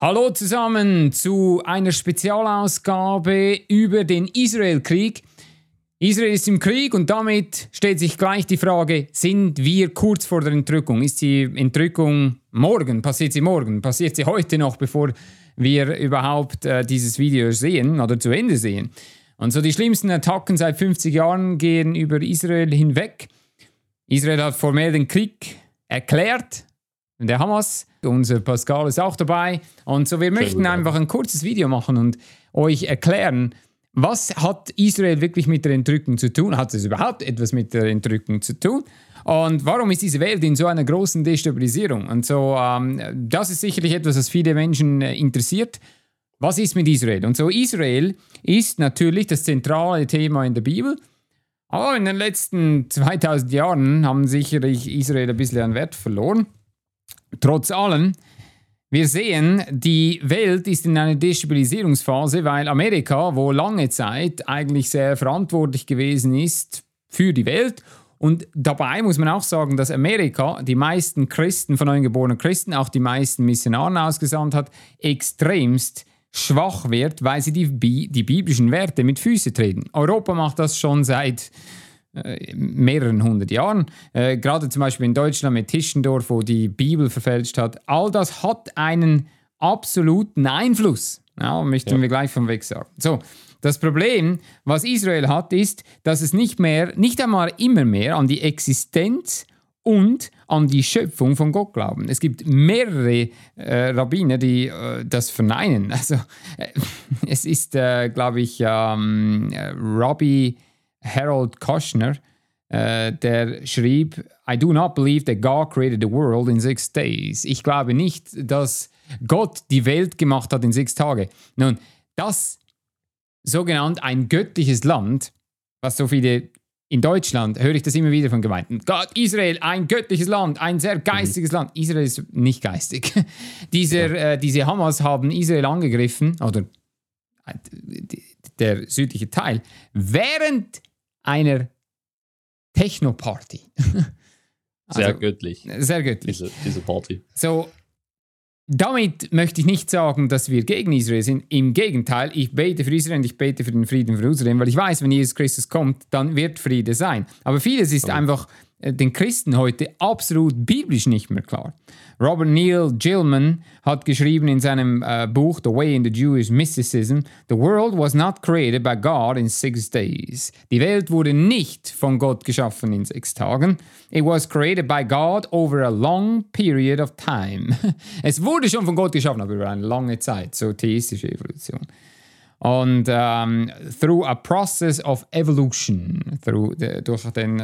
Hallo zusammen zu einer Spezialausgabe über den Israel-Krieg. Israel ist im Krieg und damit stellt sich gleich die Frage, sind wir kurz vor der Entrückung? Ist die Entrückung morgen? Passiert sie morgen? Passiert sie heute noch, bevor wir überhaupt dieses Video sehen oder zu Ende sehen? Und so die schlimmsten Attacken seit 50 Jahren gehen über Israel hinweg. Israel hat formell den Krieg erklärt, der Hamas. Unser Pascal ist auch dabei. Und so, wir möchten einfach ein kurzes Video machen und euch erklären, was hat Israel wirklich mit der Entrückung zu tun? Hat es überhaupt etwas mit der Entrückung zu tun? Und warum ist diese Welt in so einer großen Destabilisierung? Und so, das ist sicherlich etwas, was viele Menschen interessiert. Was ist mit Israel? Und so, Israel ist natürlich das zentrale Thema in der Bibel. Aber in den letzten 2000 Jahren haben sicherlich Israel ein bisschen an Wert verloren. Trotz allem, wir sehen, die Welt ist in einer Destabilisierungsphase, weil Amerika, wo lange Zeit eigentlich sehr verantwortlich gewesen ist für die Welt, und dabei muss man auch sagen, dass Amerika die meisten Christen, von neugeborenen Christen, auch die meisten Missionaren ausgesandt hat, extremst schwach wird, weil sie die biblischen Werte mit Füßen treten. Europa macht das schon seit mehreren hundert Jahren. Gerade zum Beispiel in Deutschland mit Tischendorf, wo die Bibel verfälscht hat. All das hat einen absoluten Einfluss. Ja, möchten wir gleich von weg sagen. So, das Problem, was Israel hat, ist, dass es nicht einmal immer mehr an die Existenz und an die Schöpfung von Gott glauben. Es gibt mehrere Rabbiner, die das verneinen. Also, es ist, glaube ich, Rabbi Harold Kushner, der schrieb, I do not believe that God created the world in 6 days. Ich glaube nicht, dass Gott die Welt gemacht hat in 6 Tagen. Nun, das sogenannt ein göttliches Land, was so viele in Deutschland, höre ich das immer wieder von Gemeinden. Gott, Israel, ein göttliches Land, ein sehr geistiges Land. Israel ist nicht geistig. Diese Hamas haben Israel angegriffen, oder der südliche Teil, während einer Techno-Party. Sehr göttlich. Sehr göttlich. Diese Party. So, damit möchte ich nicht sagen, dass wir gegen Israel sind. Im Gegenteil, ich bete für Israel und ich bete für den Frieden von Jerusalem, weil ich weiß, wenn Jesus Christus kommt, dann wird Friede sein. Aber vieles ist einfach den Christen heute absolut biblisch nicht mehr klar. Robert Neil Gilman hat geschrieben in seinem Buch The Way in the Jewish Mysticism, The world was not created by God in 6 days. Die Welt wurde nicht von Gott geschaffen in 6 Tagen. It was created by God over a long period of time. Es wurde schon von Gott geschaffen, aber über eine lange Zeit, so theistische Evolution. Und through a process of evolution, durch den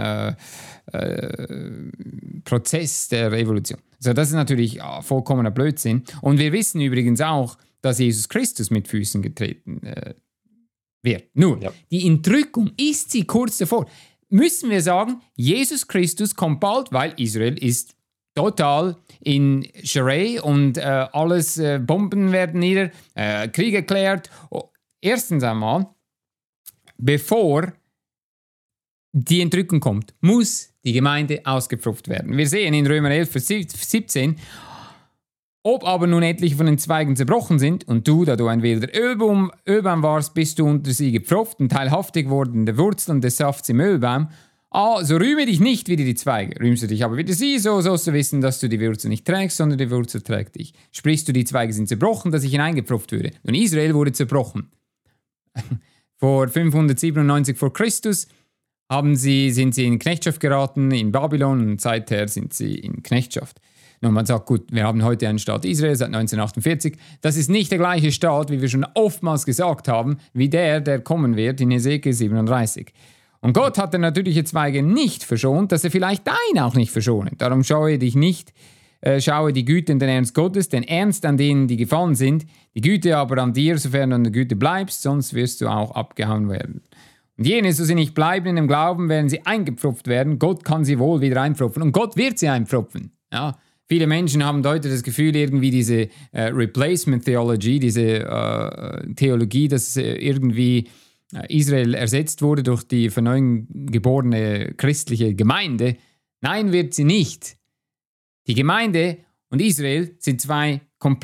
Prozess der Evolution. So, das ist natürlich vollkommener Blödsinn. Und wir wissen übrigens auch, dass Jesus Christus mit Füßen getreten wird. Nun, die Entrückung, ist sie kurz davor? Müssen wir sagen, Jesus Christus kommt bald, weil Israel ist total in Schrei und alles Bomben werden nieder, Krieg erklärt. Erstens einmal, bevor die Entrückung kommt, muss die Gemeinde ausgepfropft werden. Wir sehen in Römer 11, Vers 17, ob aber nun etliche von den Zweigen zerbrochen sind und du, da du ein wilder Ölbaum warst, bist du unter sie gepfropft und teilhaftig worden der Wurzeln des Safts im Ölbaum. So rühme dich nicht wieder die Zweige. Rühmst du dich aber wieder sie, so sollst du wissen, dass du die Wurzel nicht trägst, sondern die Wurzel trägt dich. Sprichst du, die Zweige sind zerbrochen, dass ich hineingepfropft würde. Und Israel wurde zerbrochen. Vor 597 vor Christus sind sie in Knechtschaft geraten in Babylon und seither sind sie in Knechtschaft. Und man sagt, gut, wir haben heute einen Staat Israel seit 1948. Das ist nicht der gleiche Staat, wie wir schon oftmals gesagt haben, wie der kommen wird in Hesekiel 37. Und Gott hat der natürliche Zweige nicht verschont, dass er vielleicht dein auch nicht verschont. Darum schaue die Güte und den Ernst Gottes, den Ernst an denen, die gefallen sind, die Güte aber an dir, sofern du an der Güte bleibst, sonst wirst du auch abgehauen werden. Und jene, so sie nicht bleiben in dem Glauben, werden sie eingepfropft werden. Gott kann sie wohl wieder einpfropfen und Gott wird sie einpfropfen. Ja, viele Menschen haben heute das Gefühl, irgendwie diese Replacement Theology, diese Theologie, dass irgendwie Israel ersetzt wurde durch die von neuem geborene christliche Gemeinde. Nein, wird sie nicht. Die Gemeinde und Israel sind 2 komplett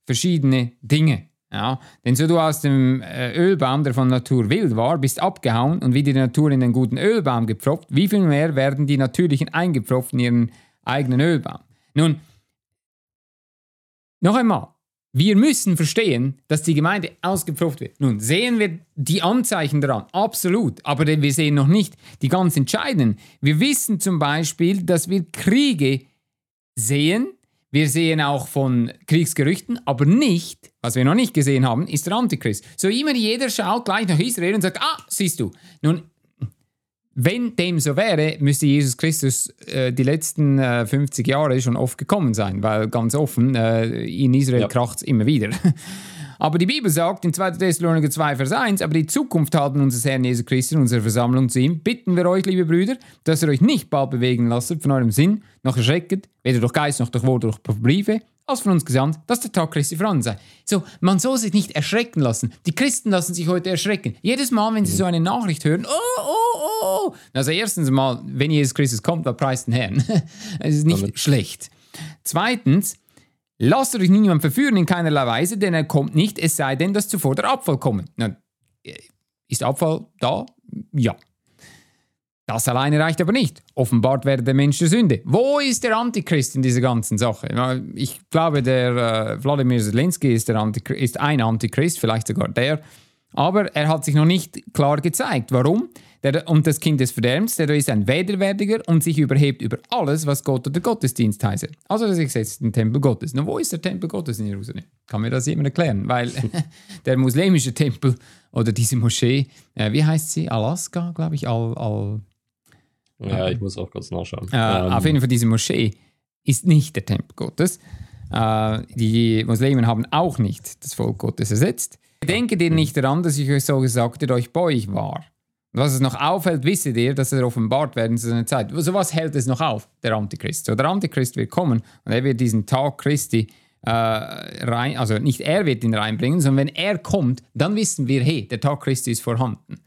verschiedene Dinge. Ja, denn so du aus dem Ölbaum, der von Natur wild war, bist abgehauen und wie die Natur in den guten Ölbaum gepfropft, wie viel mehr werden die Natürlichen eingepfropft in ihren eigenen Ölbaum. Nun, noch einmal, wir müssen verstehen, dass die Gemeinde ausgepfropft wird. Nun, sehen wir die Anzeichen daran? Absolut. Aber wir sehen noch nicht die ganz entscheidenden. Wir wissen zum Beispiel, dass wir Kriege sehen. Wir sehen auch von Kriegsgerüchten, aber nicht, was wir noch nicht gesehen haben, ist der Antichrist. So immer jeder schaut gleich nach Israel und sagt, siehst du. Nun, wenn dem so wäre, müsste Jesus Christus die letzten 50 Jahre schon oft gekommen sein, weil ganz offen, in Israel kracht es immer wieder. Aber die Bibel sagt in 2. Thessaloniker 2, Vers 1, aber die Zukunft halten unseres Herrn Jesus Christus in unserer Versammlung zu ihm, bitten wir euch, liebe Brüder, dass ihr euch nicht bald bewegen lasst von eurem Sinn, noch erschrecket, weder durch Geist noch durch Wort, durch Briefe, als von uns gesandt, dass der Tag Christi voran sei. So, man soll sich nicht erschrecken lassen. Die Christen lassen sich heute erschrecken. Jedes Mal, wenn sie so eine Nachricht hören, Also erstens mal, wenn Jesus Christus kommt, preist den Herrn. Es ist nicht schlecht. Zweitens, lasst euch niemand verführen in keinerlei Weise, denn er kommt nicht, es sei denn, dass zuvor der Abfall komme. Na, ist Abfall da? Ja. Das alleine reicht aber nicht. Offenbart werde der Mensch der Sünde. Wo ist der Antichrist in dieser ganzen Sache? Ich glaube, der Wladimir Zelensky ist ein Antichrist, vielleicht sogar der. Aber er hat sich noch nicht klar gezeigt. Warum? Und das Kind des Verderbens, der ist ein Widerwärtiger und sich überhebt über alles, was Gott oder Gottesdienst heißt. Also das ist den Tempel Gottes. Na, wo ist der Tempel Gottes in Jerusalem? Kann mir das jemand erklären? Weil der muslimische Tempel oder diese Moschee, wie heißt sie? Alaska, glaube ich. Ja, ich muss auch kurz nachschauen. Auf jeden Fall, diese Moschee ist nicht der Tempel Gottes. Die Muslimen haben auch nicht das Volk Gottes ersetzt. Denket ihr nicht daran, dass ich euch so gesagt habe, euch bei euch war. Und was es noch aufhält, wisst ihr, dass er offenbart werden zu seiner Zeit. So was hält es noch auf, der Antichrist. So, der Antichrist wird kommen und er wird diesen Tag Christi also nicht er wird ihn reinbringen, sondern wenn er kommt, dann wissen wir, hey, der Tag Christi ist vorhanden.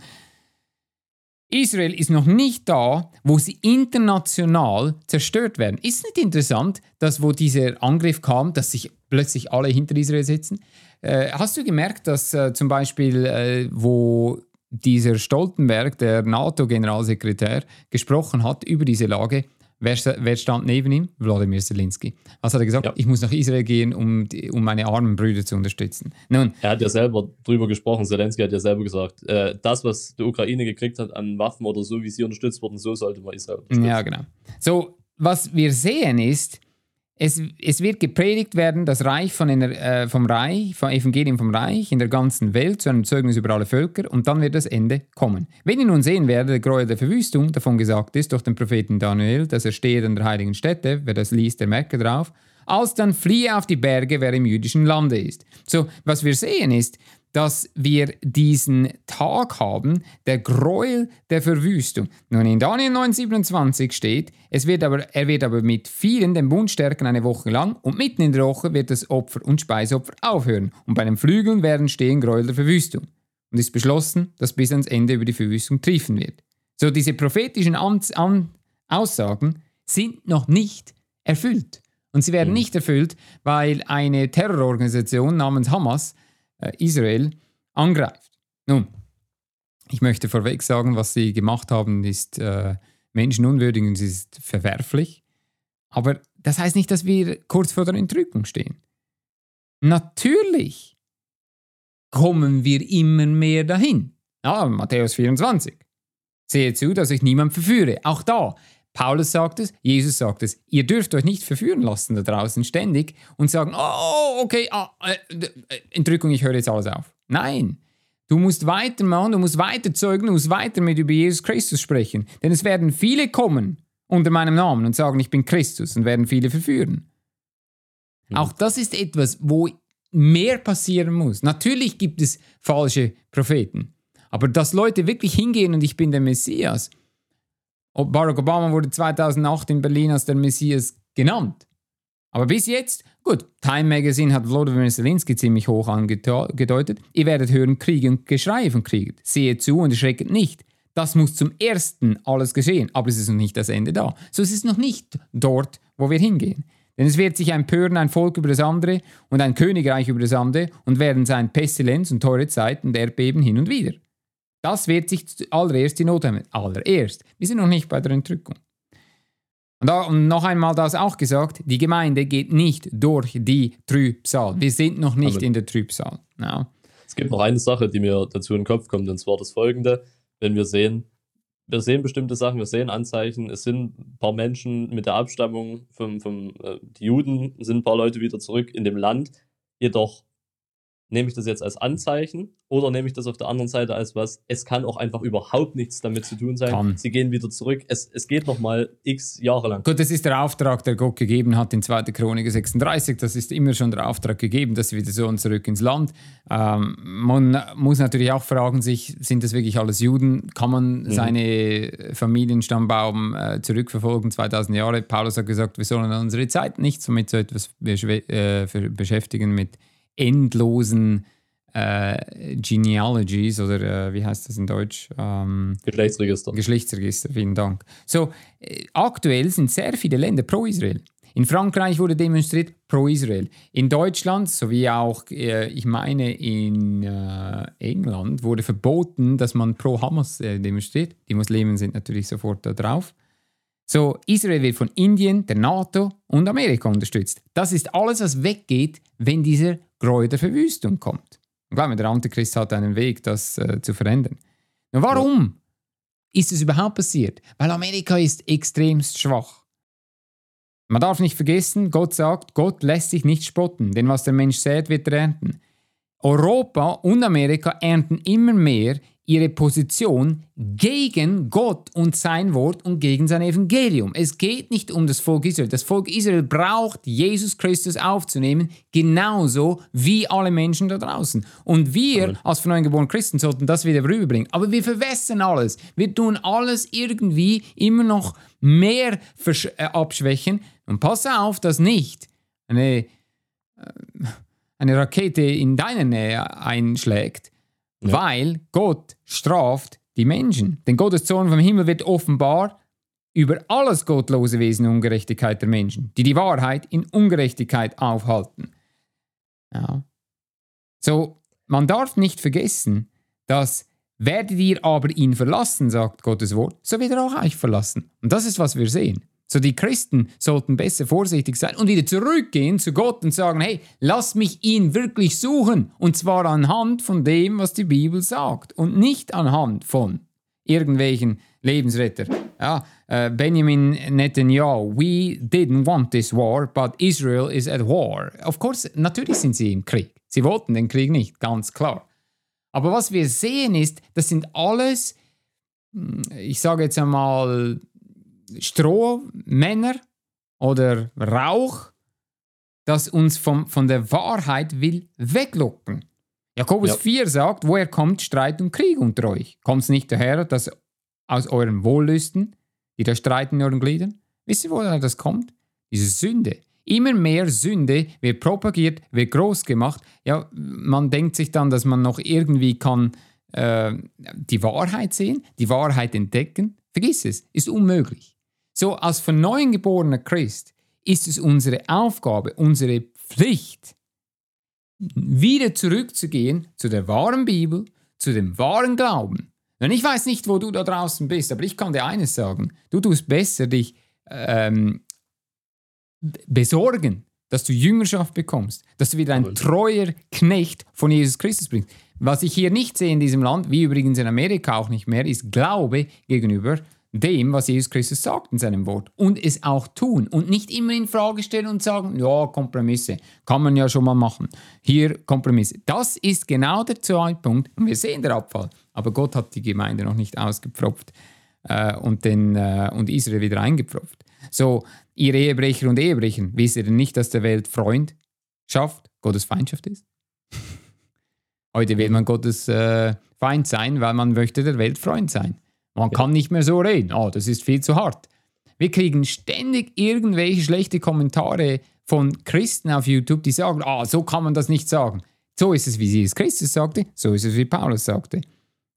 Israel ist noch nicht da, wo sie international zerstört werden. Ist nicht interessant, dass wo dieser Angriff kam, dass sich plötzlich alle hinter Israel sitzen? Hast du gemerkt, dass zum Beispiel, wo dieser Stoltenberg, der NATO-Generalsekretär, gesprochen hat über diese Lage, wer stand neben ihm? Wladimir Zelensky. Was hat er gesagt? Ja. Ich muss nach Israel gehen, um meine armen Brüder zu unterstützen. Nun, er hat ja selber drüber gesprochen, Zelensky hat ja selber gesagt, das, was die Ukraine gekriegt hat an Waffen oder so, wie sie unterstützt wurden, so sollte man Israel unterstützen. Ja, genau. So, was wir sehen ist, es wird gepredigt werden, das Reich vom Evangelium vom Reich in der ganzen Welt zu einem Zeugnis über alle Völker und dann wird das Ende kommen. Wenn ihr nun sehen werdet, der Gräuel der Verwüstung, davon gesagt ist durch den Propheten Daniel, dass er steht an der heiligen Stätte, wer das liest, der merke drauf, alsdann fliehe auf die Berge, wer im jüdischen Lande ist. So, was wir sehen ist, dass wir diesen Tag haben, der Gräuel der Verwüstung. Nun, in Daniel 9,27 steht, er wird aber mit vielen den Bund stärken eine Woche lang und mitten in der Woche wird das Opfer und Speisopfer aufhören und bei den Flügeln werden stehen Gräuel der Verwüstung. Und ist beschlossen, dass bis ans Ende über die Verwüstung triefen wird. So, diese prophetischen Aussagen sind noch nicht erfüllt. Und sie werden nicht erfüllt, weil eine Terrororganisation namens Hamas Israel angreift. Nun, ich möchte vorweg sagen, was sie gemacht haben, ist menschenunwürdig und es ist verwerflich. Aber das heißt nicht, dass wir kurz vor der Entrückung stehen. Natürlich kommen wir immer mehr dahin. Ja, Matthäus 24. Seht zu, dass euch niemand verführe. Auch da, Paulus sagt es, Jesus sagt es, ihr dürft euch nicht verführen lassen da draußen ständig und sagen, Entrückung, ich höre jetzt alles auf. Nein, du musst weitermachen, du musst weiter zeugen, du musst weiter mit über Jesus Christus sprechen. Denn es werden viele kommen unter meinem Namen und sagen, ich bin Christus und werden viele verführen. Auch das ist etwas, wo mehr passieren muss. Natürlich gibt es falsche Propheten, aber dass Leute wirklich hingehen und ich bin der Messias. Barack Obama wurde 2008 in Berlin als der Messias genannt. Aber bis jetzt, gut, Time Magazine hat Wladimir Zelensky ziemlich hoch angedeutet. Ihr werdet hören Kriege und Geschreie von Kriegen. Seht zu und erschrecket nicht. Das muss zum Ersten alles geschehen, aber es ist noch nicht das Ende da. So es ist noch nicht dort, wo wir hingehen. Denn es wird sich empören ein Volk über das andere und ein Königreich über das andere und werden sein Pestilenz und teure Zeiten und Erdbeben hin und wieder. Das wird sich allererst die Not haben. Allererst. Wir sind noch nicht bei der Entrückung. Und noch einmal das auch gesagt, die Gemeinde geht nicht durch die Trübsal. Wir sind noch nicht in der Trübsal. No. Es gibt noch eine Sache, die mir dazu in den Kopf kommt, und zwar das Folgende. Wenn wir sehen bestimmte Sachen, wir sehen Anzeichen, es sind ein paar Menschen mit der Abstammung die Juden, sind ein paar Leute wieder zurück in dem Land, jedoch nehme ich das jetzt als Anzeichen oder nehme ich das auf der anderen Seite als was? Es kann auch einfach überhaupt nichts damit zu tun sein. Sie gehen wieder zurück. Es geht nochmal x Jahre lang. Gut, das ist der Auftrag, der Gott gegeben hat in 2. Chronik 36. Das ist immer schon der Auftrag gegeben, dass sie wieder so und zurück ins Land. Man muss natürlich auch fragen sich, sind das wirklich alles Juden? Kann man seine Familienstammbaum zurückverfolgen, 2000 Jahre? Paulus hat gesagt, wir sollen unsere Zeit nicht so mit so etwas beschäftigen, mit endlosen Genealogies oder wie heißt das in Deutsch? Geschlechtsregister. Geschlechtsregister, vielen Dank. So, aktuell sind sehr viele Länder pro Israel. In Frankreich wurde demonstriert pro Israel. In Deutschland, sowie auch, ich meine, in England wurde verboten, dass man pro Hamas demonstriert. Die Muslimen sind natürlich sofort da drauf. So, Israel wird von Indien, der NATO und Amerika unterstützt. Das ist alles, was weggeht, wenn dieser Gräuel der Verwüstung kommt. Und glaub mir, der Antichrist hat einen Weg, das zu verändern. Und warum ist es überhaupt passiert? Weil Amerika ist extremst schwach. Man darf nicht vergessen, Gott sagt, Gott lässt sich nicht spotten, denn was der Mensch sät, wird er ernten. Europa und Amerika ernten immer mehr ihre Position gegen Gott und sein Wort und gegen sein Evangelium. Es geht nicht um das Volk Israel. Das Volk Israel braucht Jesus Christus aufzunehmen, genauso wie alle Menschen da draußen. Und wir als von neuem geborenen Christen sollten das wieder rüberbringen. Aber wir verwässern alles. Wir tun alles irgendwie immer noch mehr abschwächen. Und pass auf, dass nicht eine Rakete in deiner Nähe einschlägt, weil Gott straft die Menschen. Denn Gottes Zorn vom Himmel wird offenbar über alles gottlose Wesen und Ungerechtigkeit der Menschen, die die Wahrheit in Ungerechtigkeit aufhalten. Ja. So, man darf nicht vergessen, dass werdet ihr aber ihn verlassen, sagt Gottes Wort, so wird er auch euch verlassen. Und das ist, was wir sehen. So, die Christen sollten besser vorsichtig sein und wieder zurückgehen zu Gott und sagen, hey, lass mich ihn wirklich suchen. Und zwar anhand von dem, was die Bibel sagt und nicht anhand von irgendwelchen Lebensretter. Ja, Benjamin Netanyahu, we didn't want this war, but Israel is at war. Of course, natürlich sind sie im Krieg. Sie wollten den Krieg nicht, ganz klar. Aber was wir sehen ist, das sind alles, ich sage jetzt einmal, Strohmänner oder Rauch, das uns von der Wahrheit will weglocken. Jakobus 4 sagt, woher kommt Streit und Krieg unter euch? Kommt es nicht daher, dass aus euren Wohllüsten, die da streiten in euren Gliedern? Wisst ihr, woher das kommt? Diese Sünde. Immer mehr Sünde wird propagiert, wird groß gemacht. Ja, man denkt sich dann, dass man noch irgendwie kann die Wahrheit sehen, die Wahrheit entdecken. Vergiss es, ist unmöglich. So, als von neuem geborener Christ ist es unsere Aufgabe, unsere Pflicht, wieder zurückzugehen zu der wahren Bibel, zu dem wahren Glauben. Und ich weiß nicht, wo du da draußen bist, aber ich kann dir eines sagen. Du tust besser, dich besorgen, dass du Jüngerschaft bekommst, dass du wieder ein treuer Knecht von Jesus Christus bringst. Was ich hier nicht sehe in diesem Land, wie übrigens in Amerika auch nicht mehr, ist Glaube gegenüber dem, was Jesus Christus sagt in seinem Wort und es auch tun und nicht immer in Frage stellen und sagen, ja, Kompromisse, kann man ja schon mal machen. Hier Kompromisse. Das ist genau der Zeitpunkt und wir sehen den Abfall. Aber Gott hat die Gemeinde noch nicht ausgepfropft und Israel wieder eingepfropft. So, ihr Ehebrecher und Ehebrecher, wisst ihr denn nicht, dass der Welt Freundschaft Gottes Feindschaft ist? Heute will man Gottes Feind sein, weil man möchte der Welt Freund sein. Man kann nicht mehr so reden. Oh, das ist viel zu hart. Wir kriegen ständig irgendwelche schlechte Kommentare von Christen auf YouTube, die sagen, so kann man das nicht sagen. So ist es, wie Jesus Christus sagte, so ist es, wie Paulus sagte. Ja,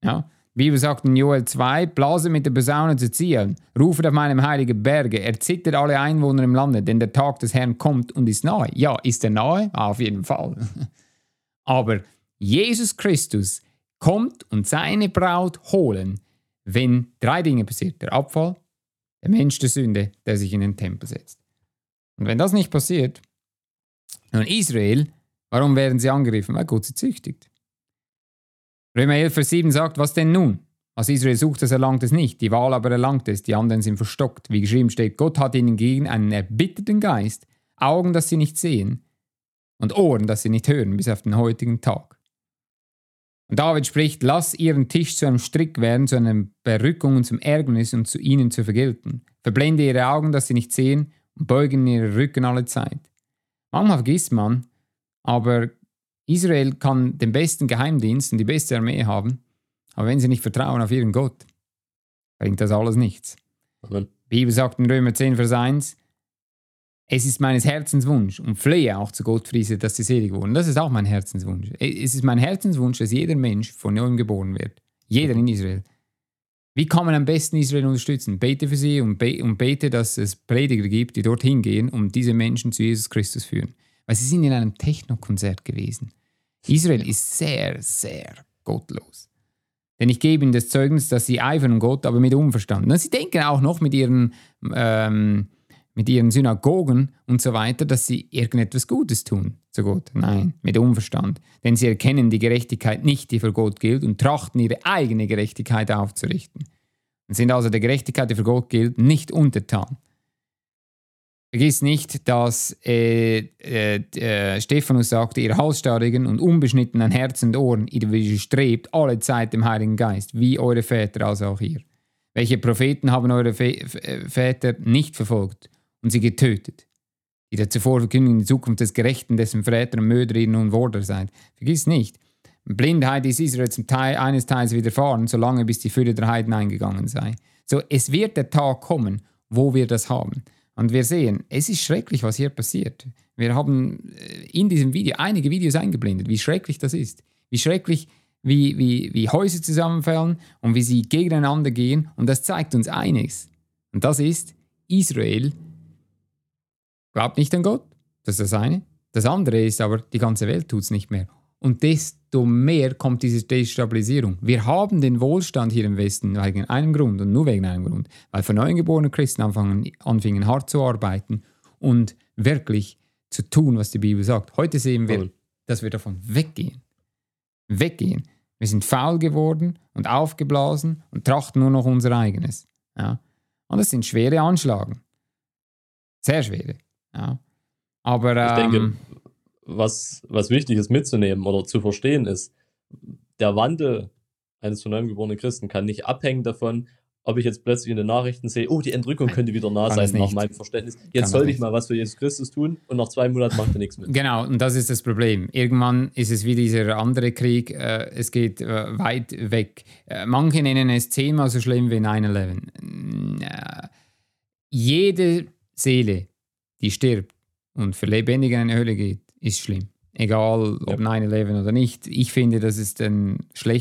Die Bibel sagt in Joel 2, blase mit der Posaune zu Zion, rufe auf meinem heiligen Berge, erzittert alle Einwohner im Lande, denn der Tag des Herrn kommt und ist nahe. Ja, ist er nahe? Auf jeden Fall. Aber Jesus Christus kommt und seine Braut holen, wenn 3 Dinge passiert. Der Abfall, der Mensch der Sünde, der sich in den Tempel setzt. Und wenn das nicht passiert, nun Israel, warum werden sie angegriffen? Weil Gott sie züchtigt. Römer 11, Vers 7 sagt, was denn nun? Was Israel sucht, das erlangt es nicht. Die Wahl aber erlangt es, die anderen sind verstockt. Wie geschrieben steht, Gott hat ihnen gegen einen erbitterten Geist, Augen, dass sie nicht sehen und Ohren, dass sie nicht hören, bis auf den heutigen Tag. Und David spricht, lass ihren Tisch zu einem Strick werden, zu einer Berückung und zum Ärgernis und zu ihnen zu vergelten. Verblende ihre Augen, dass sie nicht sehen und beugen ihre Rücken alle Zeit. Manchmal vergisst man, aber Israel kann den besten Geheimdienst und die beste Armee haben, aber wenn sie nicht vertrauen auf ihren Gott, bringt das alles nichts. Amen. Die Bibel sagt in Römer 10, Vers 1, es ist meines Herzens Wunsch und flehe auch zu Gott für dass sie selig wurden. Das ist auch mein Herzenswunsch. Es ist mein Herzenswunsch, dass jeder Mensch von neuem geboren wird. Jeder in Israel. Wie kann man am besten Israel unterstützen? Bete für sie und bete, dass es Prediger gibt, die dorthin gehen, um diese Menschen zu Jesus Christus zu führen. Weil sie sind in einem Technokonzert gewesen. Israel ist sehr, sehr gottlos. Denn ich gebe ihnen das Zeugnis, dass sie eifern um Gott, aber mit Unverstand. Und sie denken auch noch mit ihren Synagogen und so weiter, dass sie irgendetwas Gutes tun zu Gott. Nein, mit Unverstand. Denn sie erkennen die Gerechtigkeit nicht, die für Gott gilt, und trachten ihre eigene Gerechtigkeit aufzurichten. Und sind also der Gerechtigkeit, die für Gott gilt, nicht untertan. Vergiss nicht, dass Stephanus sagte, ihr halsstarrigen und unbeschnittenen Herzen und Ohren, ihr widerstrebt alle Zeit dem Heiligen Geist, wie eure Väter, also auch ihr. Welche Propheten haben eure Väter nicht verfolgt und sie getötet, die da zuvor verkündigen die Zukunft des Gerechten, dessen Väter und Mörder ihr nun Worder seid. Vergiss nicht, Blindheit ist Israel eines Teils widerfahren, solange bis die Fülle der Heiden eingegangen sei. So, es wird der Tag kommen, wo wir das haben. Und wir sehen, es ist schrecklich, was hier passiert. Wir haben in diesem Video einige Videos eingeblendet, wie schrecklich das ist. Wie schrecklich, wie Häuser zusammenfallen und wie sie gegeneinander gehen. Und das zeigt uns eines. Und das ist, Israel glaubt nicht an Gott. Das ist das eine. Das andere ist aber, die ganze Welt tut es nicht mehr. Und desto mehr kommt diese Destabilisierung. Wir haben den Wohlstand hier im Westen wegen einem Grund und nur wegen einem Grund. Weil von neugeborenen Christen anfingen hart zu arbeiten und wirklich zu tun, was die Bibel sagt. Heute sehen wir, dass wir davon weggehen. Weggehen. Wir sind faul geworden und aufgeblasen und trachten nur noch unser eigenes. Ja. Und das sind schwere Anschlagen. Sehr schwere. Ja. Aber ich denke, was wichtig ist mitzunehmen oder zu verstehen ist, der Wandel eines von neuem geborenen Christen kann nicht abhängen davon, ob ich jetzt plötzlich in den Nachrichten sehe, oh, die Entrückung könnte wieder nah sein, nach meinem Verständnis. Jetzt sollte ich mal was für Jesus Christus tun und nach 2 Monaten macht er nichts mehr. Genau, und das ist das Problem. Irgendwann ist es wie dieser andere Krieg, es geht weit weg. Manche nennen es 10-mal so schlimm wie 9/11. Jede Seele, die stirbt und für Lebendige in eine Hölle geht, ist schlimm. Egal ob 9/11 oder nicht. Ich finde, das ist ein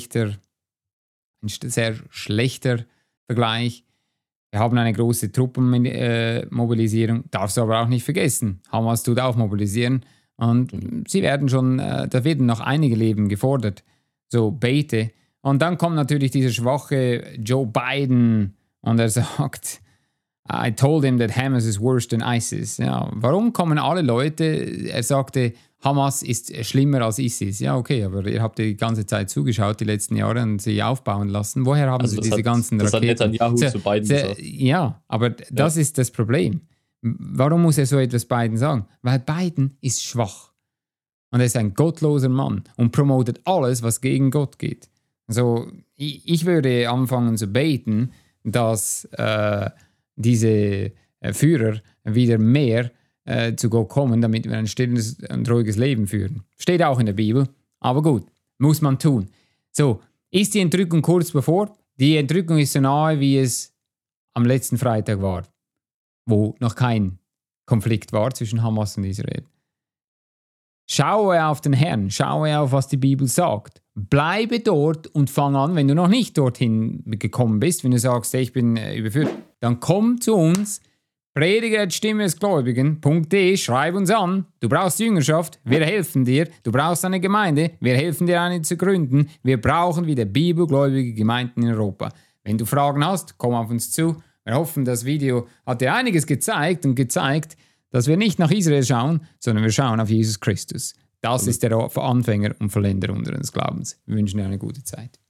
sehr schlechter Vergleich. Wir haben eine große Truppenmobilisierung, darfst du aber auch nicht vergessen. Hamas tut auch mobilisieren und sie werden schon, da werden noch einige Leben gefordert. So, bete. Und dann kommt natürlich dieser schwache Joe Biden und er sagt, I told him that Hamas is worse than ISIS. Ja, warum kommen alle Leute, er sagte, Hamas ist schlimmer als ISIS. Ja, okay, aber ihr habt die ganze Zeit zugeschaut, die letzten Jahre, und sie aufbauen lassen. Woher haben sie diese ganzen Raketen? Das hat Netanyahu zu Biden gesagt. Ja, aber das ist das Problem. Warum muss er so etwas Biden sagen? Weil Biden ist schwach. Und er ist ein gottloser Mann und promotet alles, was gegen Gott geht. Also, ich würde anfangen zu beten, dass diese Führer wieder mehr zu Gott kommen, damit wir ein stilles und ruhiges Leben führen. Steht auch in der Bibel, aber gut, muss man tun. So, ist die Entrückung kurz bevor? Die Entrückung ist so nahe, wie es am letzten Freitag war, wo noch kein Konflikt war zwischen Hamas und Israel. Schaue auf den Herrn, schaue auf, was die Bibel sagt. bleibe dort und fang an, wenn du noch nicht dorthin gekommen bist, wenn du sagst, hey, ich bin überführt, dann komm zu uns, prediger@stimmedesgläubigen.de, schreib uns an, du brauchst Jüngerschaft, wir helfen dir, du brauchst eine Gemeinde, wir helfen dir eine zu gründen, wir brauchen wieder bibelgläubige Gemeinden in Europa. Wenn du Fragen hast, komm auf uns zu, wir hoffen, das Video hat dir einiges gezeigt, dass wir nicht nach Israel schauen, sondern wir schauen auf Jesus Christus. Das ist der Anfänger und Vollender unseres Glaubens. Wir wünschen dir eine gute Zeit.